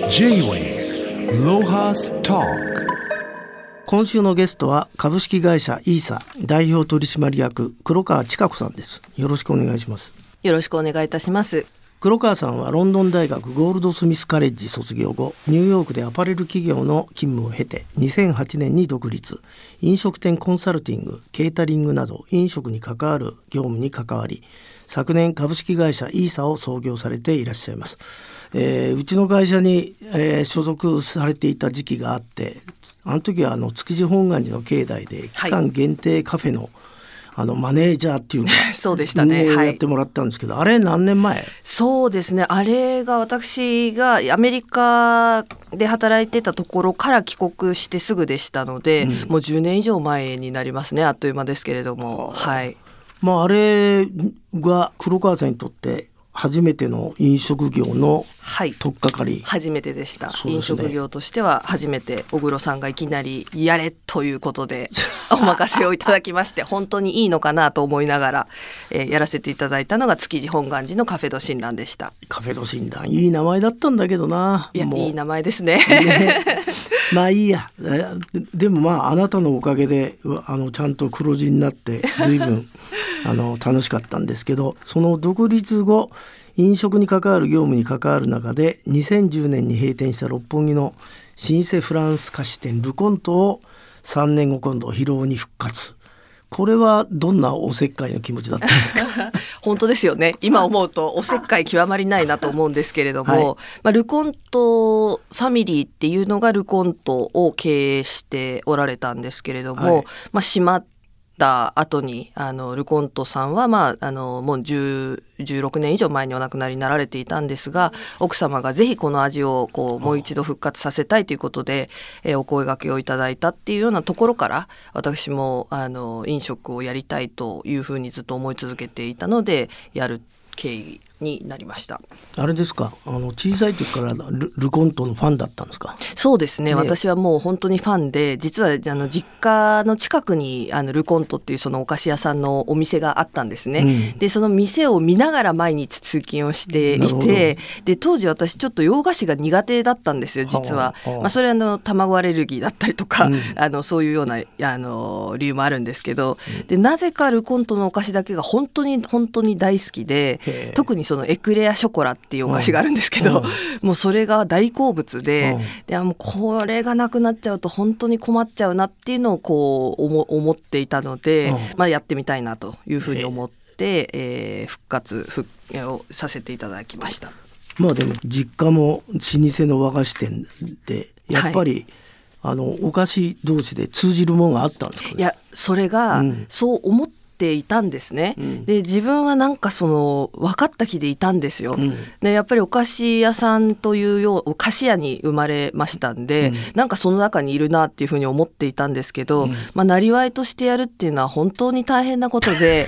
J-Wave Lohas Talk。 今週のゲストは株式会社イーサ代表取締役黒川千佳子さんです。よろしくお願いします。 よろしくお願いいたします。 黒川さんはロンドン大学ゴールドスミスカレッジ卒業後、ニューヨークでアパレル企業の勤務を経て2008年に独立。飲食店コンサルティング、ケータリングなど飲食に関わる業務に関わり、昨年株式会社イーサを創業されていらっしゃいます。うちの会社に、所属されていた時期があって、あの時は築地本願寺の境内で期間限定カフェの、マネージャーっていうのがそうでしたね、 運営をやってもらったんですけど、あれ何年前？ そうですね、あれが私がアメリカで働いてたところから帰国してすぐでしたので、もう10年以上前になりますね。あっという間ですけれども、はい。 あれが黒川さんにとって初めての飲食業の取っかかり、 初めてでした。 そうですね、 飲食業としては初めて小黒さんがいきなりやれということでお任せをいただきまして本当にいいのかなと思いながら、やらせていただいたのが築地本願寺のカフェド親鸞でした。 カフェド親鸞、いい名前だったんだけどな。 いい名前ですね。 まあいいや。でもあなたのおかげでちゃんと黒字になって随分楽しかったんですけど、その独立後飲食に関わる業務に関わる中で2010年に閉店した六本木の老舗フランス菓子店ルコントを3年後今度疲労に復活。これはどんなおせっかいの気持ちだったんですか？ 本当ですよね。今思うとおせっかい極まりないなと思うんですけれども、ルコントファミリーっていうのがルコントを経営しておられたんですけれども、閉まった後にルコントさんは、もう16年以上前にお亡くなりになられていたんですが、奥様がぜひこの味をもう一度復活させたいということで、お声掛けをいただいたっていうようなところから、私も飲食をやりたいというふうにずっと思い続けていたので、やる経緯になりました。 あれですか、小さい時からルコントのファンだったんですか？ そうですね、私はもう本当にファンで、実は実家の近くにルコントっていうそのお菓子屋さんのお店があったんですね、でその店を見ながら毎日通勤をしていて、で当時私ちょっと洋菓子が苦手だったんですよ実は。それは卵アレルギーだったりとか、そういうような理由もあるんですけど、でなぜかルコントのお菓子だけが本当に大好きで、特にそのエクレアショコラっていうお菓子があるんですけど、もうそれが大好物で、もうこれがなくなっちゃうと本当に困っちゃうなっていうのを思っていたので、やってみたいなというふうに思って、復活をさせていただきました。 でも実家も老舗の和菓子店でやっぱり、お菓子同士で通じるものがあったんですかね？ いや、それが、そう思っていたんですね、で自分はなんか分かった気でいたんですよ、でやっぱりお菓子屋さんというお菓子屋に生まれましたんで、なんかその中にいるなっていうふうに思っていたんですけど、なりわいとしてやるっていうのは本当に大変なことで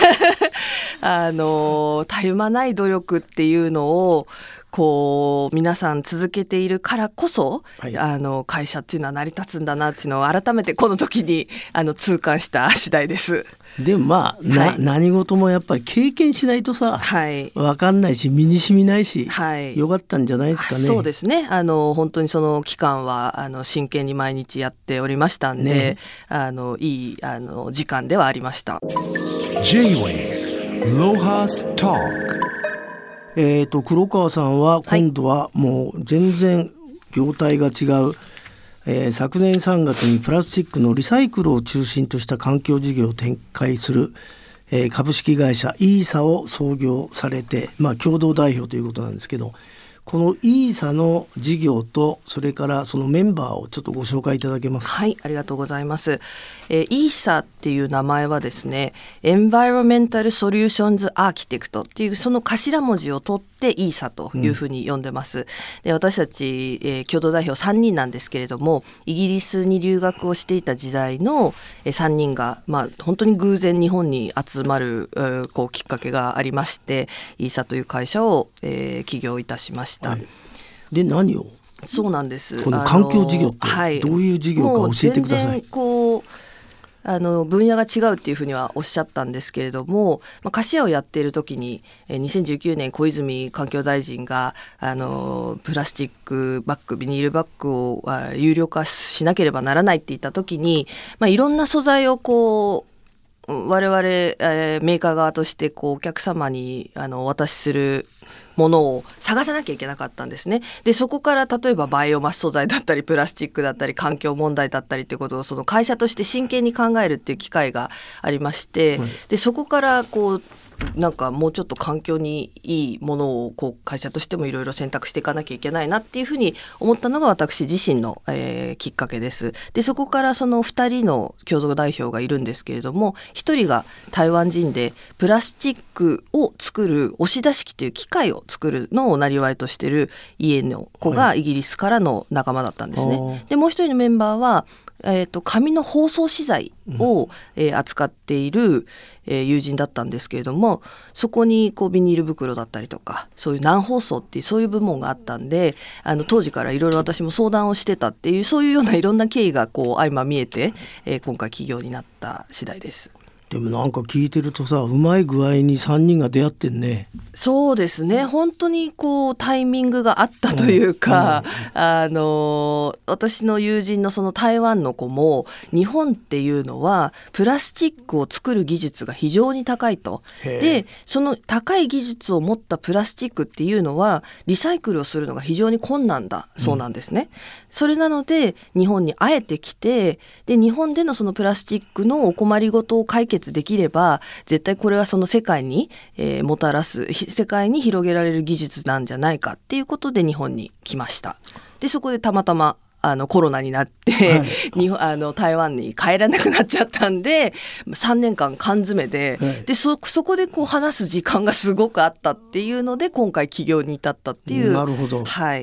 たゆまない努力っていうのを皆さん続けているからこそ、会社っていうのは成り立つんだなっていうのを改めてこの時に痛感した次第です。 でも何事もやっぱり経験しないとさ、分かんないし身に染みないし、よかったんじゃないですかね。 そうですね、本当にその期間は真剣に毎日やっておりましたんで、いい時間ではありました。 J-Wave Lohas Talk。 黒川さんは今度はもう全然業態が違う、昨年3月にプラスチックのリサイクルを中心とした環境事業を展開する、株式会社イーサを創業されて、共同代表ということなんですけど、このイーサの事業とそれからそのメンバーをちょっとご紹介いただけますか？ はい、ありがとうございます。イーサっていう名前はですね、Environmental Solutions Architect っていうその頭文字を取ってイーサというふうに呼んでます、で私たち、共同代表3人なんですけれども、イギリスに留学をしていた時代の3人が、本当に偶然日本に集まるきっかけがありまして、イーサという会社を、起業いたしました。 で何を？ そうなんです。 この環境事業ってどういう事業か教えてください。 もう全然分野が違うっていうふうにはおっしゃったんですけれども、菓子屋をやっている時に2019年小泉環境大臣がプラスチックバッグビニールバッグを有料化しなければならないって言った時に、いろんな素材をこう我々、メーカー側としてこうお客様にお渡しするものを探さなきゃいけなかったんですね。でそこから例えばバイオマス素材だったりプラスチックだったり環境問題だったりっていうことをその会社として真剣に考えるっていう機会がありまして、でそこからこうなんかもうちょっと環境にいいものをこう会社としてもいろいろ選択していかなきゃいけないなっていうふうに思ったのが私自身の、きっかけです。でそこからその2人の共同代表がいるんですけれども、1人が台湾人でプラスチックを作る押し出し機という機械を作るのをなりわいとしている家の子がイギリスからの仲間だったんですね。でもう1人のメンバーは紙の包装資材を、扱っている、友人だったんですけれども、そこにこうビニール袋だったりとかそういう難包装っていうそういう部門があったんで、当時からいろいろ私も相談をしてたっていうそういうようないろんな経緯がこう相ま見えて、今回起業になった次第です。 でもなんか聞いてるとさ、うまい具合に3人が出会ってんね。 そうですね、本当にこうタイミングがあったというか、私の友人のその台湾の子も日本っていうのはプラスチックを作る技術が非常に高いと。でその高い技術を持ったプラスチックっていうのはリサイクルをするのが非常に困難だそうなんですね。それなので日本にあえて来て、で日本でのそのプラスチックのお困りごとを解決できれば絶対これはその世界に、もたらす世界に広げられる技術なんじゃないかっていうことで日本に来ました。でそこでたまたまコロナになって、台湾に帰らなくなっちゃったんで3年間缶詰で、でそこでこう話す時間がすごくあったっていうので今回起業に至ったっていう。 なるほど。 はい。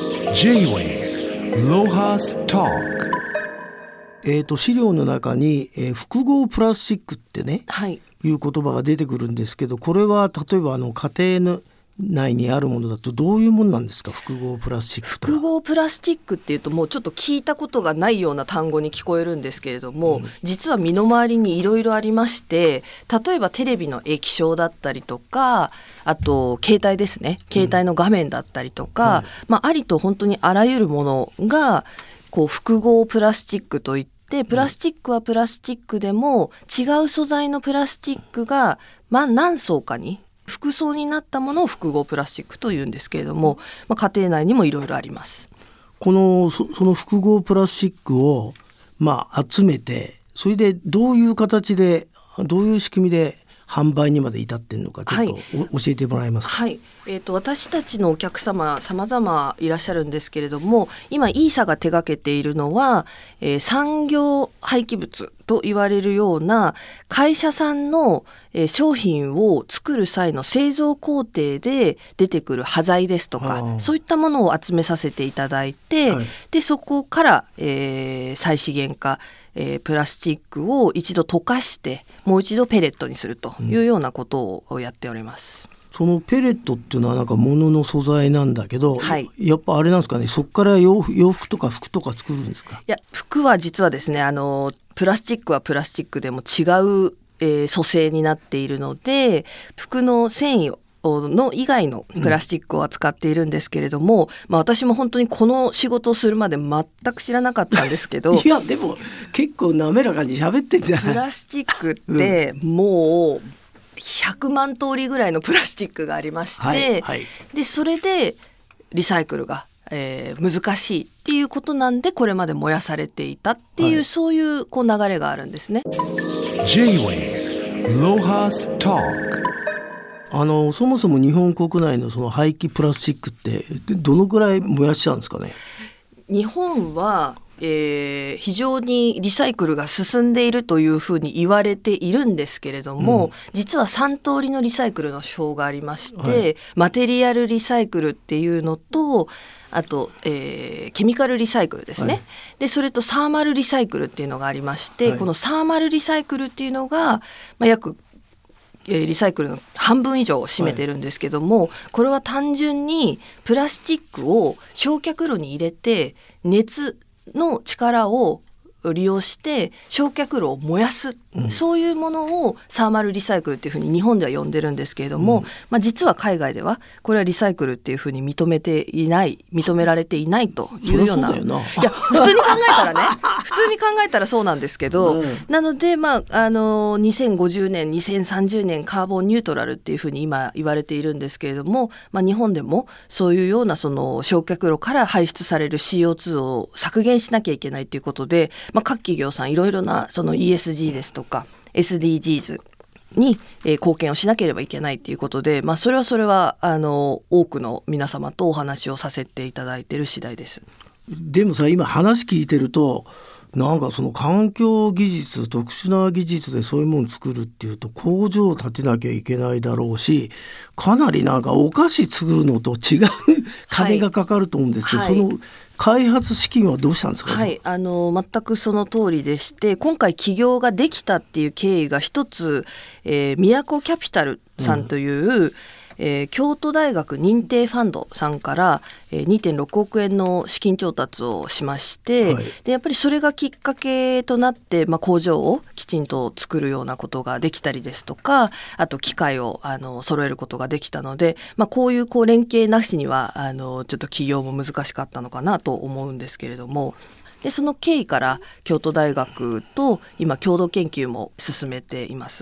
J-Way ロハストーク。資料の中に、複合プラスチックってね、いう言葉が出てくるんですけど、これは例えば家庭の内にあるものだとどういうものなんですか、複合プラスチック。 複合プラスチックっていうともうちょっと聞いたことがないような単語に聞こえるんですけれども、実は身の回りにいろいろありまして、例えばテレビの液晶だったりとか、あと携帯ですね、携帯の画面だったりとか、ありと本当にあらゆるものがこう複合プラスチックといって、プラスチックはプラスチックでも違う素材のプラスチックが、何層かに複層になったものを複合プラスチックというんですけれども、家庭内にもいろいろあります。 その複合プラスチックを、集めて、それでどういう形でどういう仕組みで販売にまで至っているのかちょっと、教えてもらえますか。 私たちのお客様様々いらっしゃるんですけれども、今イーサが手掛けているのは、産業廃棄物と言われるような会社さんの、商品を作る際の製造工程で出てくる端材ですとか、そういったものを集めさせていただいて、でそこから、再資源化、プラスチックを一度溶かしてもう一度ペレットにするというようなことをやっております。 そのペレットっていうのはなんか物の素材なんだけど、やっぱあれなんですかね、そこから洋服とか服とか作るんですか。 いや、服は実はですね、プラスチックはプラスチックでも違う、組成になっているので、服の繊維の以外のプラスチックを扱っているんですけれども、私も本当にこの仕事をするまで全く知らなかったんですけどいやでも結構滑らかに喋ってんじゃない。 プラスチックってもう100万通りぐらいのプラスチックがありまして、でそれでリサイクルが、難しいっていうことなんでこれまで燃やされていたっていう、そういう、流れがあるんですね。 J-Way ロハストーク。 そもそも日本国内のその廃棄プラスチックってどのくらい燃やしちゃうんですかね。 日本は、非常にリサイクルが進んでいるというふうに言われているんですけれども、実は3通りのリサイクルの手法がありまして、マテリアルリサイクルっていうのと、あと、ケミカルリサイクルですね、でそれとサーマルリサイクルっていうのがありまして、このサーマルリサイクルっていうのが、約リサイクルの半分以上を占めてるんですけども、これは単純にプラスチックを焼却炉に入れて熱の力を利用して焼却炉を燃やす、そういうものをサーマルリサイクルっていうふうに日本では呼んでるんですけれども、実は海外ではこれはリサイクルっていうふうに認められていないというような、いや普通に考えたらね普通に考えたらそうなんですけど、なので、2050年2030年カーボンニュートラルっていうふうに今言われているんですけれども、日本でもそういうようなその焼却炉から排出される CO2 を削減しなきゃいけないということで、各企業さんいろいろなその ESG ですとか SDGs に貢献をしなければいけないということで、それは多くの皆様とお話をさせていただいている次第です。 でもさ、今話聞いてるとなんかその環境技術、特殊な技術でそういうものを作るっていうと工場を建てなきゃいけないだろうし、かなりなんかお菓子作るのと違う金がかかると思うんですけど、その開発資金はどうしたんですか？ 全くその通りでして、今回起業ができたっていう経緯が一つ、宮古キャピタルさんという、京都大学認定ファンドさんから、2.6 億円の資金調達をしまして、でやっぱりそれがきっかけとなって、工場をきちんと作るようなことができたりですとか、あと機械を揃えることができたので、こういう連携なしにはちょっと起業も難しかったのかなと思うんですけれども、でその経緯から京都大学と今共同研究も進めています。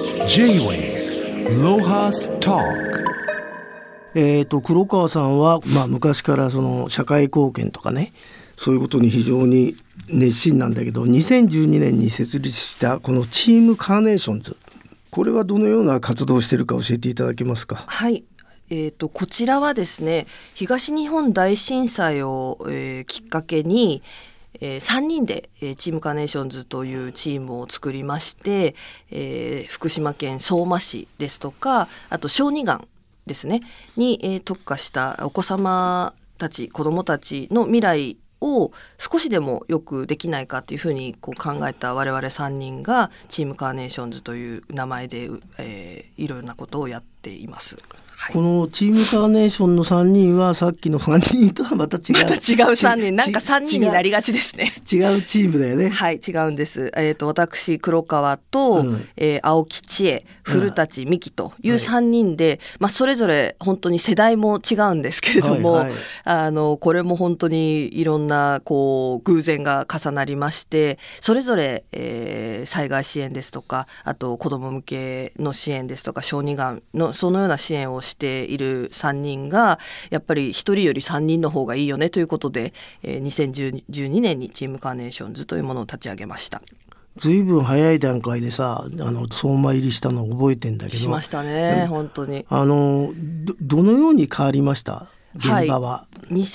J-Way Lohas Talk。 黒川さんは、昔からその社会貢献とかね、そういうことに非常に熱心なんだけど、2012年に設立したこのチームカーネーションズ、これはどのような活動をしているか教えていただけますか？ はい、こちらはですね、東日本大震災を、きっかけに3人でチームカーネーションズというチームを作りまして、福島県相馬市ですとか、あと小児がんですねに、特化したお子様たち、子どもたちの未来を少しでもよくできないかというふうに考えた我々3人がチームカーネーションズという名前で、いろいろなことをやっています。 このチームカーネーションの3人はさっきの3人とはまた違う 3人、なんか3人になりがちですね。 違うチームだよね。 はい、違うんです。私黒川と、青木千恵、古舘美希という3人で、それぞれ本当に世代も違うんですけれども、これも本当にいろんな偶然が重なりまして、それぞれ、災害支援ですとか、あと子ども向けの支援ですとか、小児がんのそのような支援をしている3人がやっぱり1人より3人の方がいいよねということで、2012年にチームカーネーションズというものを立ち上げました。 ずいぶん早い段階でさ、相馬入りしたのを覚えてんだけど、 しましたね、本当に。 どのように変わりました現場は？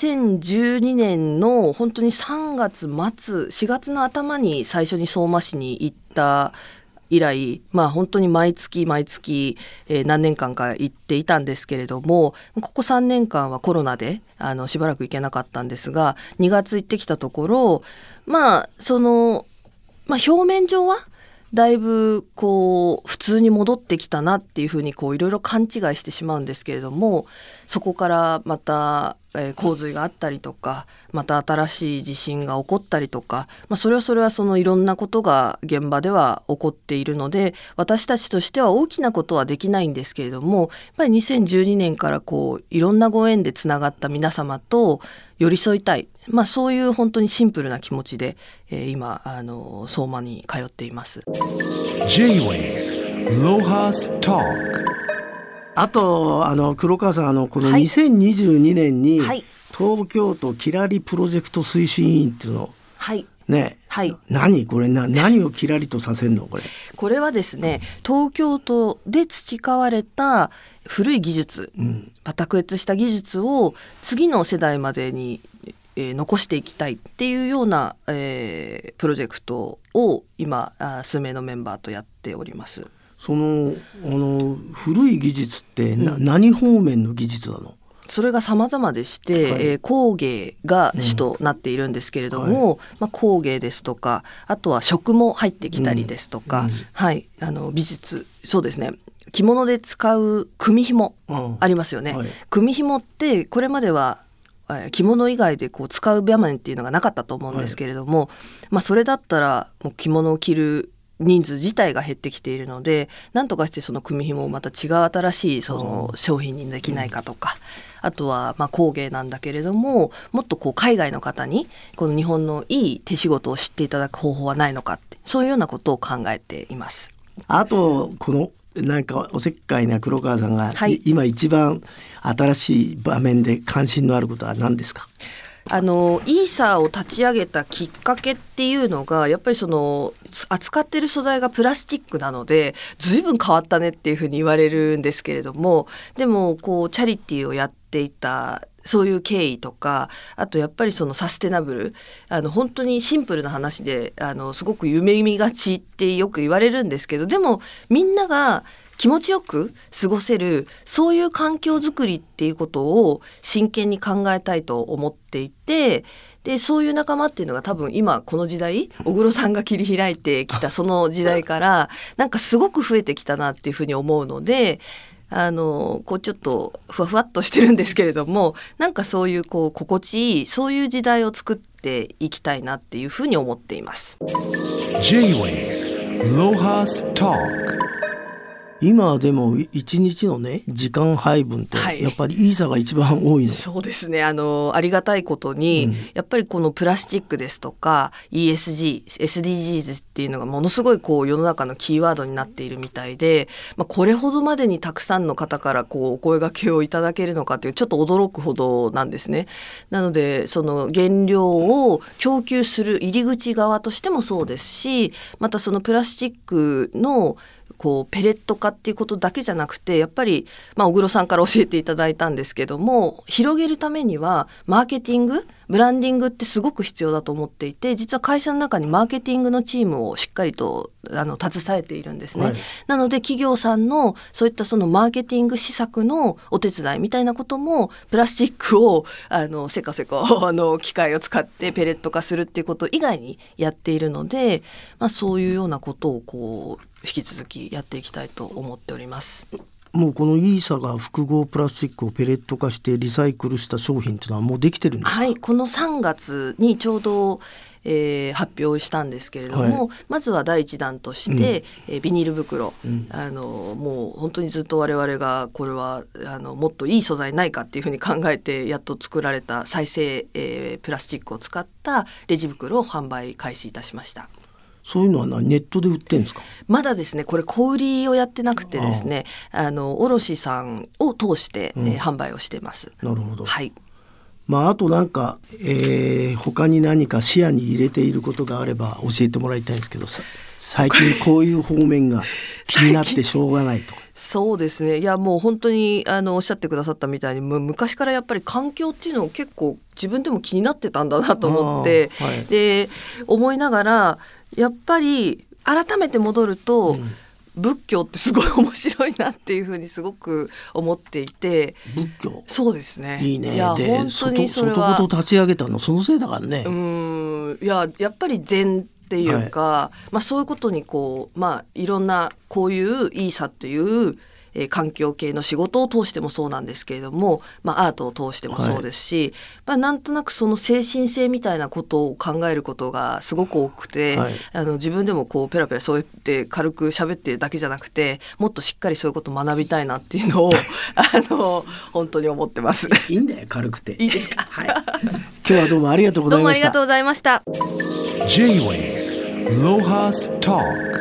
2012年の本当に3月末4月の頭に最初に相馬市に行った以来、本当に毎月、何年間か行っていたんですけれども、ここ3年間はコロナでしばらく行けなかったんですが、2月行ってきたところ、表面上はだいぶ普通に戻ってきたなっていうふうにいろいろ勘違いしてしまうんですけれども、そこからまた洪水があったりとか、また新しい地震が起こったりとか、それはそのいろんなことが現場では起こっているので、私たちとしては大きなことはできないんですけれども、やっぱり2012年からいろんなご縁でつながった皆様と寄り添いたい、そういう本当にシンプルな気持ちで、今相馬に通っています。 J-Way Lohas Talk。 あと黒川さん、この2022年に東京都キラリプロジェクト推進委員っていうの、何これ何をキラリとさせるの？これはですね、東京都で培われた古い技術、卓越した技術を次の世代までに残していきたいっていうような、プロジェクトを今数名のメンバーとやっております。 その古い技術って何方面の技術なの？ それが様々でして、工芸が主となっているんですけれども、工芸ですとか、あとは食も入ってきたりですとか、美術、そうですね、着物で使う組紐ありますよね。組紐ってこれまでは着物以外でこう使う場面っていうのがなかったと思うんですけれども、それだったらもう着物を着る人数自体が減ってきているので、なんとかしてその組紐をまた違う新しいその商品にできないかとか、あとは工芸なんだけれども、もっとこう海外の方にこの日本のいい手仕事を知っていただく方法はないのかって、そういうようなことを考えています。 あとこのなんかおせっかいな黒川さんが、今一番新しい場面で関心のあることは何ですか？ イーサーを立ち上げたきっかけっていうのが、やっぱりその扱ってる素材がプラスチックなので随分変わったねっていうふうに言われるんですけれども、でもこうチャリティーをやっていたそういう経緯とか、あとやっぱりそのサステナブル、本当にシンプルな話ですごく夢見がちってよく言われるんですけど、でもみんなが気持ちよく過ごせるそういう環境づくりっていうことを真剣に考えたいと思っていて、でそういう仲間っていうのが多分今この時代、小黒さんが切り開いてきたその時代からなんかすごく増えてきたなっていうふうに思うので、こうちょっとふわふわっとしてるんですけれども、なんかそういうこう心地いいそういう時代を作っていきたいなっていうふうに思っています。 J-Way ロハストーク。 今でも一日のね時間配分ってやっぱりイーサが一番多いの。 そうですね、ありがたいことに、やっぱりこのプラスチックですとか ESG、SDGs っていうのがものすごいこう世の中のキーワードになっているみたいで、これほどまでにたくさんの方からこうお声掛けをいただけるのかというちょっと驚くほどなんですね。なのでその原料を供給する入り口側としてもそうですし、またそのプラスチックのこうペレット化っていうことだけじゃなくて、やっぱり小黒さんから教えていただいたんですけども、広げるためにはマーケティング、ブランディングってすごく必要だと思っていて、実は会社の中にマーケティングのチームをしっかりと携えているんですね、なので企業さんのそういったそのマーケティング施策のお手伝いみたいなことも、プラスチックをせかせか機械を使ってペレット化するっていうこと以外にやっているので、そういうようなことをこう引き続きやっていきたいと思っております。 もうこのイーサが複合プラスチックをペレット化してリサイクルした商品というのはもうできてるんですか？ この3月にちょうど発表したんですけれども、まずは第一弾として、ビニール袋、もう本当にずっと我々がこれはもっといい素材ないかっていうふうに考えてやっと作られた再生、プラスチックを使ったレジ袋を販売開始いたしました。 そういうのはネットで売ってるんですか？ まだですね、これ小売りをやってなくてですね、卸さんを通して、販売をしています。 なるほど。 はい。 あとなんか、他に何か視野に入れていることがあれば教えてもらいたいんですけど、最近こういう方面が気になってしょうがないと。 そうですね、いやもう本当におっしゃってくださったみたいに、昔からやっぱり環境っていうのを結構自分でも気になってたんだなと思って、で思いながらやっぱり改めて戻ると、仏教ってすごい面白いなっていうふうにすごく思っていて。 仏教、 そうですね、 いいね。 いやで本当にそれは外立ち上げたのそのせいだからね。 やっぱり禅っていうか、そういうことにこう、いろんなこういうイーサっていう環境系の仕事を通してもそうなんですけれども、アートを通してもそうですし、なんとなくその精神性みたいなことを考えることがすごく多くて、自分でもこうペラペラそうやって軽く喋ってるだけじゃなくて、もっとしっかりそういうことを学びたいなっていうのを本当に思ってます。 いいんだよ、軽くて。 いいですか？ はい。今日はどうもありがとうございました。 どうもありがとうございました。 J-Way ロハストーク。